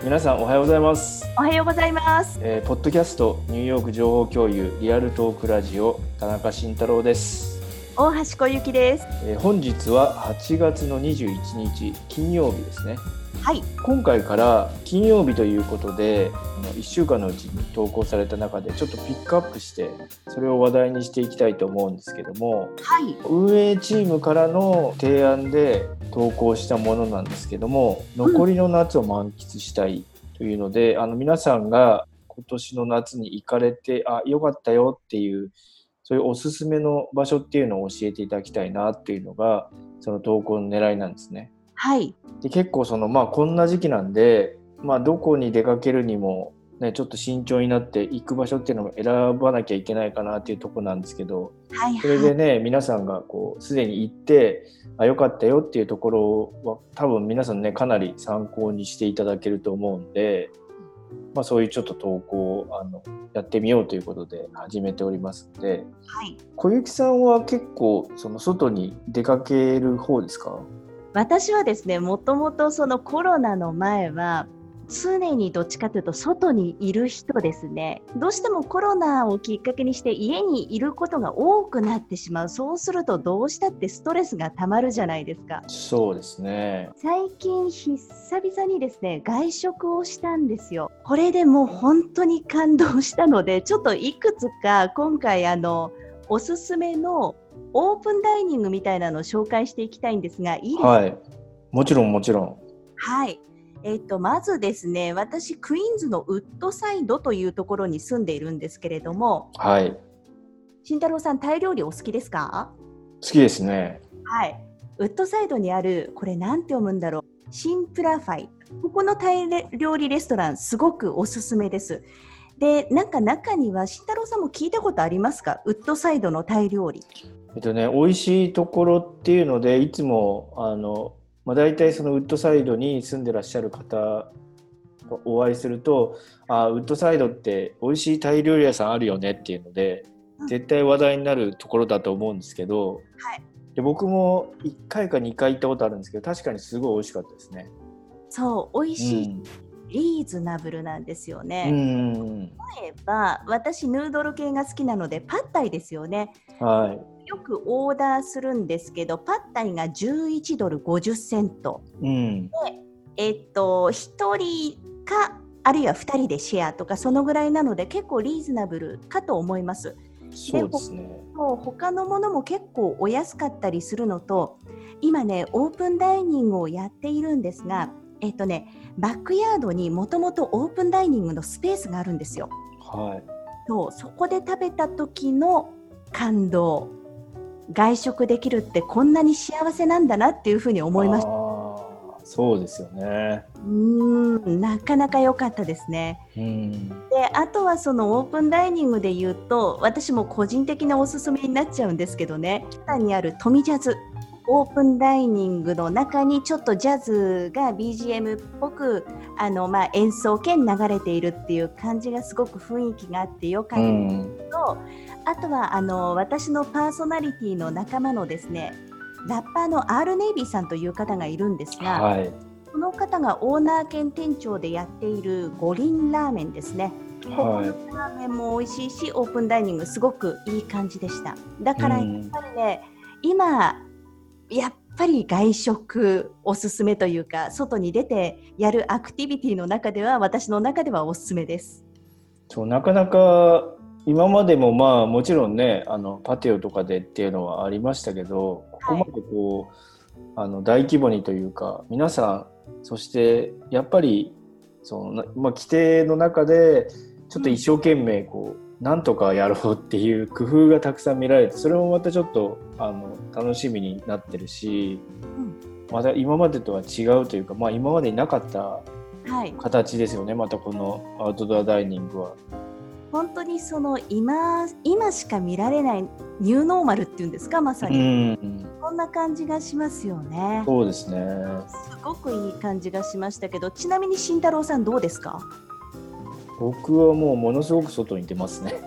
皆さんおはようございます。 おはようございます。 ポッドキャストニューヨーク情報共有リアルトークラジオ、田中慎太郎です。 大橋小雪です。 本日は8月の21日金曜日ですね。 はい。 今回から金曜日ということで1週間のうちに投稿された中でちょっとピックアップしてそれを話題にしていきたいと思うんですけども、 はい。 運営チームからの提案で投稿したものなんですけども、残りの夏を満喫したいというので、皆さんが今年の夏に行かれて良かったよっていうそういうおすすめの場所っていうのを教えていただきたいなっていうのがその投稿の狙いなんですね。 はい。 で結構こんな時期なんで、どこに出かけるにも、ね、ちょっと慎重になって行く場所っていうのも選ばなきゃいけないかなっていうところなんですけど、 はい。 それでね、皆さんがすでに行って良かったよっていうところは多分皆さんねかなり参考にしていただけると思うんで、そういうちょっと投稿をやってみようということで始めておりますので、 はい。 小雪さんは結構外に出かける方ですか？ 私はですね、もともとそのコロナの前は常にどっちかというと外にいる人ですね。どうしてもコロナをきっかけにして家にいることが多くなってしまう。そうするとどうしたってストレスがたまるじゃないですか。 そうですね。 最近久々にですね、外食をしたんですよ。これでもう本当に感動したので、ちょっといくつか今回おすすめのオープンダイニングみたいなのを紹介していきたいんですが、いいですか？ はい。もちろん。 はい。まずですね、私クイーンズのウッドサイドというところに住んでいるんですけれども、 はい。 慎太郎さん、タイ料理お好きですか？ 好きですね。 はい。ウッドサイドにある、これなんて読むんだろう。シンプラファイ。ここのタイ料理レストラン、すごくおすすめです。で、中には、慎太郎さんも聞いたことありますか？ウッドサイドのタイ料理。 美味しいところっていうのでいつも大体そのウッドサイドに住んでらっしゃる方お会いすると、ウッドサイドって美味しいタイ料理屋さんあるよねっていうので、絶対話題になるところだと思うんですけど、 はい。 で僕も1回か2回行ったことあるんですけど、確かにすごい美味しかったですね。 そう、美味しい、リーズナブルなんですよね。例えば、私ヌードル系が好きなのでパッタイですよね。 はい。 よくオーダーするんですけど、パッタイが11ドル50セント。1人かあるいは2人でシェアとかそのぐらいなので結構リーズナブルかと思います。 そうですね。 他のものも結構お安かったりするのと、今ねオープンダイニングをやっているんですが、バックヤードにもともとオープンダイニングのスペースがあるんですよ。 はい。 そこで食べた時の感動、外食できるってこんなに幸せなんだなっていうふうに思いました。 そうですよね。 なかなか良かったですね。で、あとはそのオープンダイニングで言うと、私も個人的なおすすめになっちゃうんですけどね、北にあるトミジャズオープンダイニングの中にちょっとジャズが BGM っぽく演奏兼流れているっていう感じがすごく雰囲気があって良かったんですけど、あとは私のパーソナリティの仲間のですね、ラッパーの R ネイビーさんという方がいるんですが、 はい。 この方がオーナー兼店長でやっている五輪ラーメンですね。ここのラーメンも美味しいし、オープンダイニングすごくいい感じでした。だからやっぱりね、今やっぱり外食おすすめというか、外に出てやるアクティビティの中では私の中ではおすすめです。 そう、なかなか今までももちろんねパティオとかでっていうのはありましたけど、ここまで大規模にというか皆さん、そしてやっぱり規定の中でちょっと一生懸命なんとかやろうっていう工夫がたくさん見られて、それもまたちょっと楽しみになってるし、また今までとは違うというか、今までになかった形ですよね。またこのアウトドアダイニングは本当に今しか見られないニューノーマルっていうんですか、まさにそんな感じがしますよね。 そうですね。 すごくいい感じがしましたけど、ちなみに慎太郎さんどうですか？ 僕はもうものすごく外に出ますね。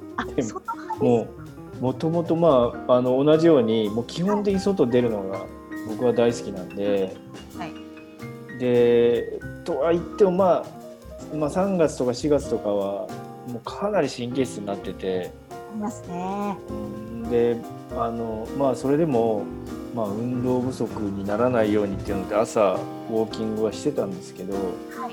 もともと同じようにもう基本的に外出るのが僕は大好きなんで、でとは言っても、3月とか4月とかはもうかなり神経質になってて、 いますね。 でそれでも、運動不足にならないようにっていうので朝ウォーキングはしてたんですけど、 はい、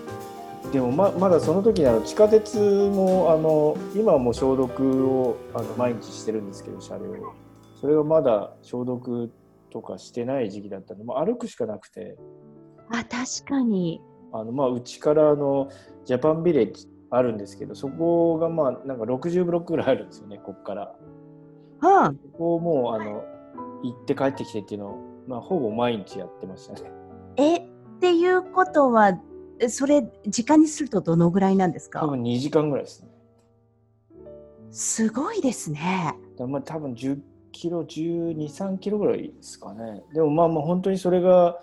でも まだその時に地下鉄も今はもう消毒を毎日してるんですけど、車両それがまだ消毒とかしてない時期だったので、歩くしかなくて、 確かにうちからジャパンビレッジあるんですけど、そこがなんか60ブロックぐらいあるんですよね、ここから。そこをもう行って帰ってきてっていうのを、ほぼ毎日やってましたね。 っていうことはそれ時間にするとどのぐらいなんですか？ 多分2時間ぐらいですね。 すごいですね。 多分10キロ12、3キロぐらいですかね。でも本当にそれが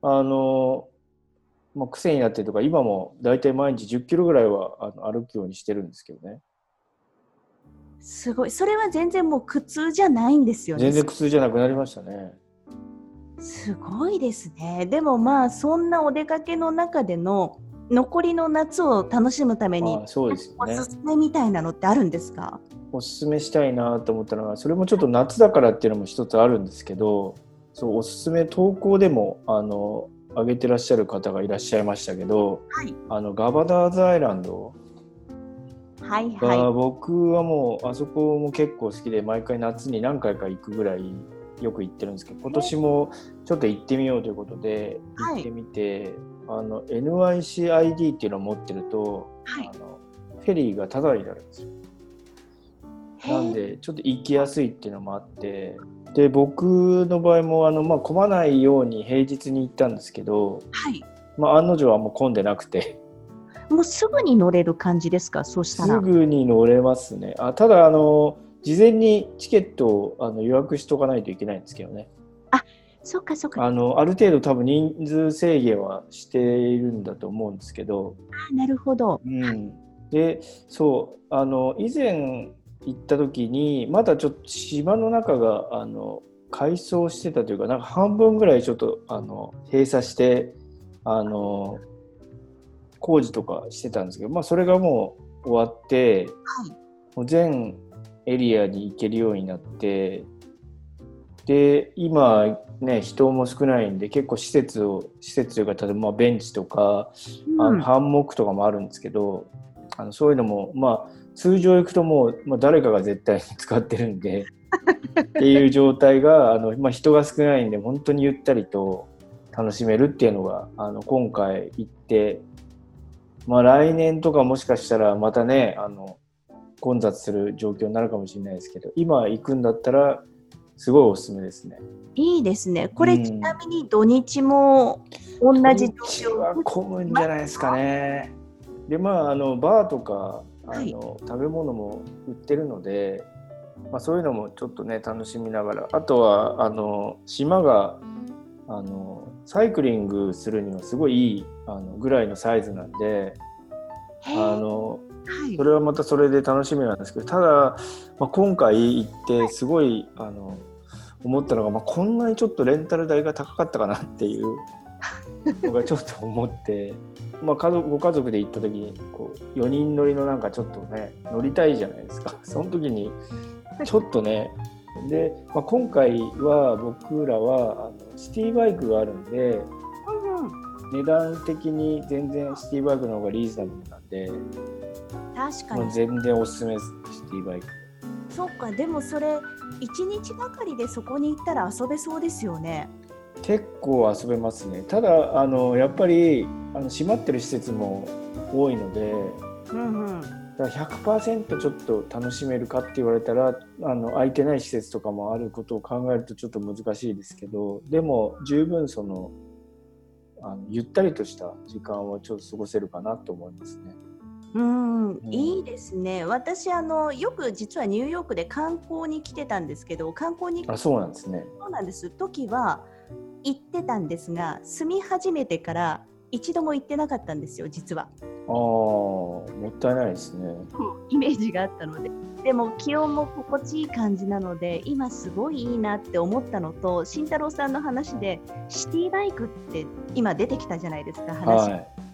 癖になってるとか、今もだいたい毎日10キロぐらいは歩くようにしてるんですけどね。 すごい。それは全然もう苦痛じゃないんですよね。 全然苦痛じゃなくなりましたね。 すごいですね。でもそんなお出かけの中での残りの夏を楽しむために、 そうですよね、 おすすめみたいなのってあるんですか？ おすすめしたいなと思ったのが、それもちょっと夏だからっていうのも一つあるんですけど、そうおすすめ投稿でも上げてらっしゃる方がいらっしゃいましたけど、 はい、 ガバダーズアイランドはいが、 はい、 僕はもうあそこも結構好きで、毎回夏に何回か行くぐらいよく行ってるんですけど、今年もちょっと行ってみようということで行ってみて、NYCID っていうのを持ってると、 はい、 フェリーがタダになるんですよ。なんでちょっと行きやすいっていうのもあって、で僕の場合も混まないように平日に行ったんですけど、 はい、 案の定はもう混んでなくて、 もうすぐに乗れる感じですか？そうしたらすぐに乗れますね。ただ事前にチケットを予約しとかないといけないんですけどね。 そっかそっか。 ある程度多分人数制限はしているんだと思うんですけど、 なるほど。 で以前行った時にまだちょっと島の中が改装してたというか、なんか半分ぐらいちょっと閉鎖して工事とかしてたんですけど、それがもう終わって、もう全エリアに行けるようになって、で今ね人も少ないんで、結構施設というか、例えばベンチとか、ハンモックとかもあるんですけど、そういうのも通常行くともう、誰かが絶対に使ってるんでっていう状態が人が少ないんで、本当にゆったりと楽しめるっていうのが今回行って、来年とかもしかしたらまたね混雑する状況になるかもしれないですけど、今行くんだったらすごいおすすめですね。 いいですね。これちなみに土日も同じ状況？ 土日は混むんじゃないですかね。でバーとか食べ物も売ってるので、そういうのもちょっとね楽しみながら、あとは島がサイクリングするにはすごいいいぐらいのサイズなんで、それはまたそれで楽しみなんですけど、ただ、今回行ってすごい思ったのが、こんなにちょっとレンタル代が高かったかなっていうのがちょっと思ってご家族で行った時に4人乗りのなんかちょっとね乗りたいじゃないですか。その時にちょっとねで、今回は僕らはシティバイクがあるんで、値段的に全然シティバイクの方がリーズナブルなんで、 確かに全然おすすめです、シティバイク。 そうか。でもそれ1日がかりでそこに行ったら遊べそうですよね。 結構遊べますね。ただやっぱり閉まってる施設も多いので、だから 100% ちょっと楽しめるかって言われたら空いてない施設とかもあることを考えるとちょっと難しいですけど、でも十分ゆったりとした時間をちょっと過ごせるかなと思いますね。 いいですね。私よく実はニューヨークで観光に来てたんですけど、観光にそうなんですね。 そうなんです。時は行ってたんですが、住み始めてから一度も行ってなかったんですよ、実は。 もったいないですね。 イメージがあったので。でも気温も心地いい感じなので、今すごいいいなって思ったのと、慎太郎さんの話でシティバイクって今出てきたじゃないですか、話。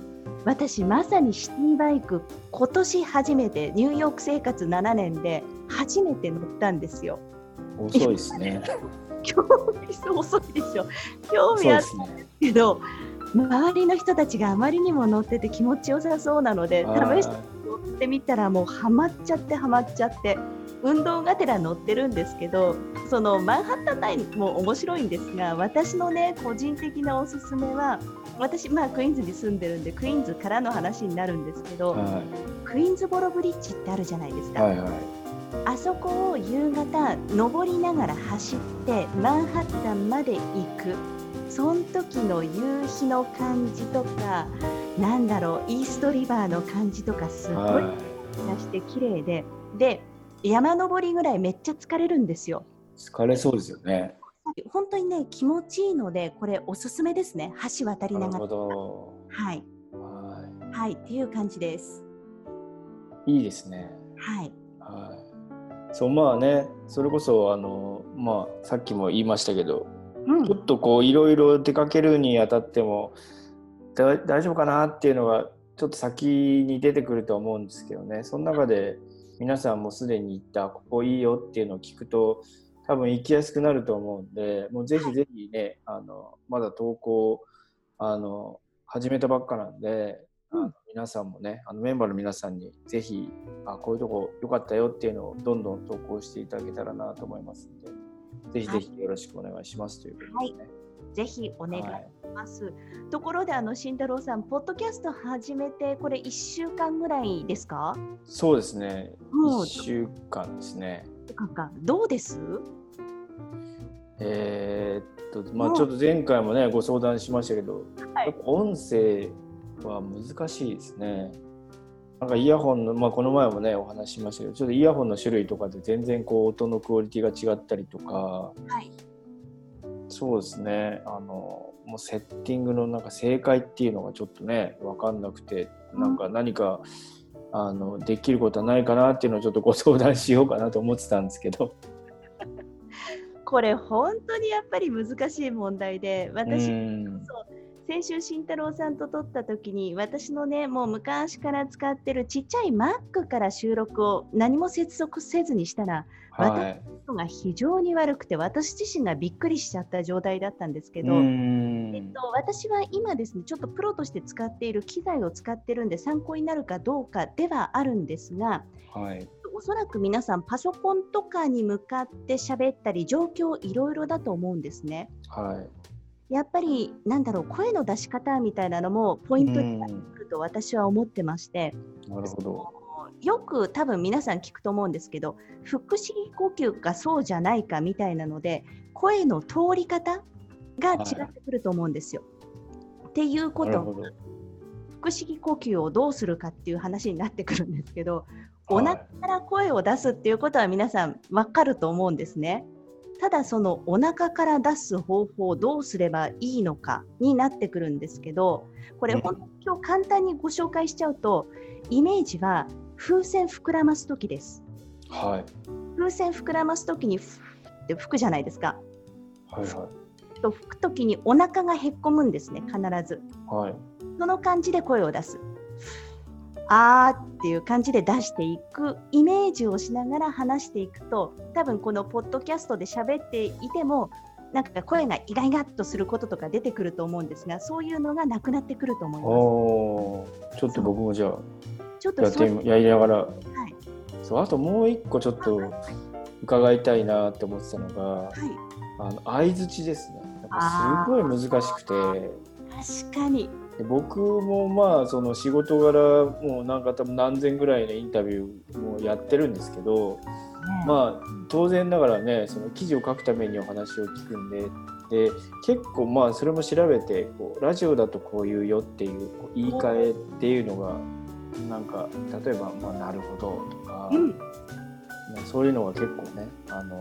私まさにシティバイク今年初めて、ニューヨーク生活7年で初めて乗ったんですよ。 遅いですね。 興味遅いでしょ。興味あったんですけど、周りの人たちがあまりにも乗ってて気持ちよさそうなので試して乗ってみたらもうハマっちゃって運動がてら乗ってるんですけど、そのマンハッタンラインも面白いんですが、私のね個人的なおすすめは、私クイーンズに住んでるんでクイーンズからの話になるんですけど、クイーンズボロブリッジってあるじゃないですか。あそこを夕方登りながら走ってマンハッタンまで行く。その時の夕日の感じとか、なんだろう、イーストリバーの感じとかすごい出して綺麗で、山登りぐらいめっちゃ疲れるんですよ。 疲れそうですよね。 本当にね気持ちいいので、これおすすめですね。橋渡りながら。 なるほど。 はいっていう感じです。 いいですね。 はい。 そうまあね、それこそさっきも言いましたけど、ちょっとこういろいろ出かけるにあたっても大丈夫かなっていうのがちょっと先に出てくると思うんですけどね。その中で皆さんもすでに行ったここいいよっていうのを聞くと多分行きやすくなると思うんで、もうぜひぜひね、まだ投稿始めたばっかなんで、皆さんもね、メンバーの皆さんにぜひこういうとこ良かったよっていうのをどんどん投稿していただけたらなと思いますので、ぜひぜひよろしくお願いしますということですね。 ぜひお願いします。ところで慎太郎さん、ポッドキャスト始めてこれ1週間ぐらいですか？ そうですね。1週間ですね。 どうです？ ちょっと前回もねご相談しましたけど、音声は難しいですね。なんかイヤホンの、この前もねお話ししましたけど、ちょっとイヤホンの種類とかで全然こう音のクオリティが違ったりとか、そうですね、もうセッティングのなんか正解っていうのがちょっとね分かんなくて、何かできることはないかなっていうのをちょっとご相談しようかなと思ってたんですけどこれ本当にやっぱり難しい問題で、私先週慎太郎さんと撮った時に、私のねもう昔から使ってるちっちゃい Mac から収録を何も接続せずにしたら、私のが非常に悪くて、私自身がびっくりしちゃった状態だったんですけど、私は今ですねちょっとプロとして使っている機材を使ってるんで参考になるかどうかではあるんですが、おそらく皆さんパソコンとかに向かって喋ったり状況いろいろだと思うんですね。やっぱり声の出し方みたいなのもポイントになってくると私は思ってまして、 なるほど。 よく多分皆さん聞くと思うんですけど、腹式呼吸かそうじゃないかみたいなので声の通り方が違ってくると思うんですよ。っていうことは腹式呼吸をどうするかっていう話になってくるんですけど、お腹から声を出すっていうことは皆さん分かると思うんですね。ただそのお腹から出す方法をどうすればいいのかになってくるんですけど、これ本当に今日簡単にご紹介しちゃうと、イメージは風船膨らます時です。風船膨らます時にって吹くじゃないですか。と吹く時にお腹がへっこむんですね、必ず。その感じで声を出す。あーっていう感じで出していくイメージをしながら話していくと、多分このポッドキャストで喋っていてもなんか声がイガイガッとすることとか出てくると思うんですが、そういうのがなくなってくると思います。 ちょっと僕もじゃあちょっとやりながら、あともう一個ちょっと伺いたいなって思ってたのが、相づちですね。すごい難しくて。 確かに。 僕もその仕事柄もうなんか多分何千ぐらいのインタビューもやってるんですけど、当然ながらね、その記事を書くためにお話を聞くんで、結構それも調べてラジオだとこういうよっていう言い換えっていうのがなんか例えばなるほどとか、そういうのが結構ね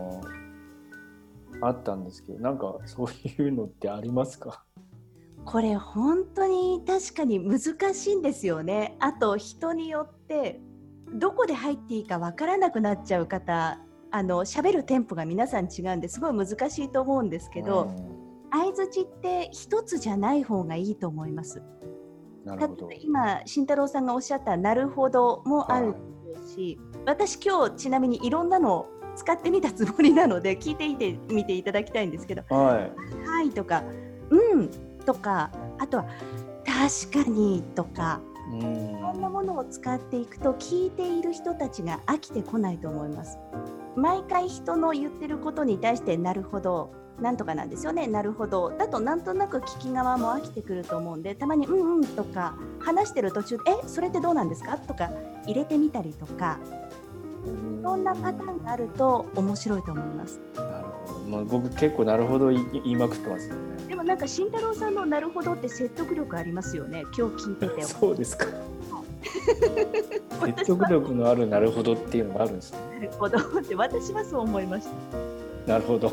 あったんですけど、なんかそういうのってありますか？ これ本当に確かに難しいんですよね。あと人によってどこで入っていいか分からなくなっちゃう方、喋るテンポが皆さん違うんですごい難しいと思うんですけど、相づちって一つじゃない方がいいと思います。 例えば今慎太郎さんがおっしゃったなるほどもあるし、私今日ちなみにいろんなのを使ってみたつもりなので聞いてみていただきたいんですけど、はいとかとか、あとは確かにとか、いろんなものを使っていくと聞いている人たちが飽きてこないと思います。毎回人の言ってることに対してなるほどなんとかなんですよね、なるほどだとなんとなく聞き側も飽きてくると思うんで、たまにとか話してる途中でそれってどうなんですかとか入れてみたりとか、いろんなパターンがあると面白いと思います。 なるほど、僕結構なるほど言いまくってますよね。 でもなんか慎太郎さんのなるほどって説得力ありますよね、今日聞いてて。 そうですか。説得力のあるなるほどっていうのがあるんですね。 なるほどって私はそう思いました。 なるほど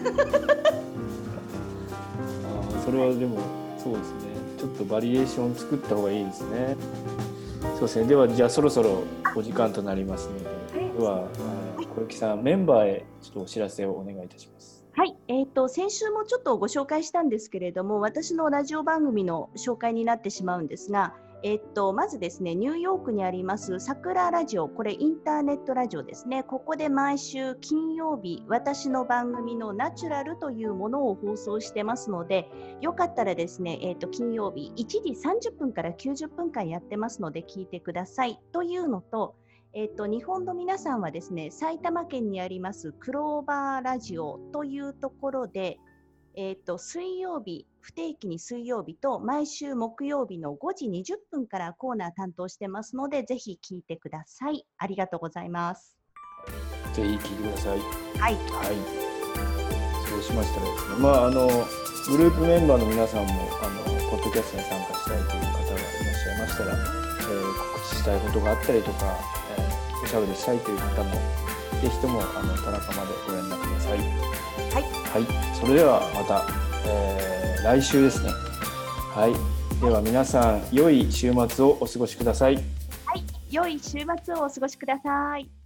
それはでもそうですね、ちょっとバリエーション作った方がいいですね。そうですね。ではじゃあそろそろお時間となりますので、では小雪さん、メンバーへちょっとお知らせをお願いいたします。 はい、先週もちょっとご紹介したんですけれども、私のラジオ番組の紹介になってしまうんですが、まずですね、ニューヨークにあります桜ラジオ、これインターネットラジオですね。ここで毎週金曜日、私の番組のナチュラルというものを放送してますので、よかったらですね、金曜日1時30分から90分間やってますので聞いてくださいというのと、日本の皆さんはですね、埼玉県にありますクローバーラジオというところで、水曜日、不定期に水曜日と毎週木曜日の5時20分からコーナー担当してますので、ぜひ聞いてください。ありがとうございます。 ぜひ聞いてください。 はい。 そうしましたらですね、グループメンバーの皆さんもポッドキャストに参加したいという方がいらっしゃいましたら、告知したいことがあったりとか、おしゃべりしたいという方もぜひとも田中までご連絡ください。はい、それではまた、来週ですね。はい、では皆さん良い週末をお過ごしください。 はい、良い週末をお過ごしください。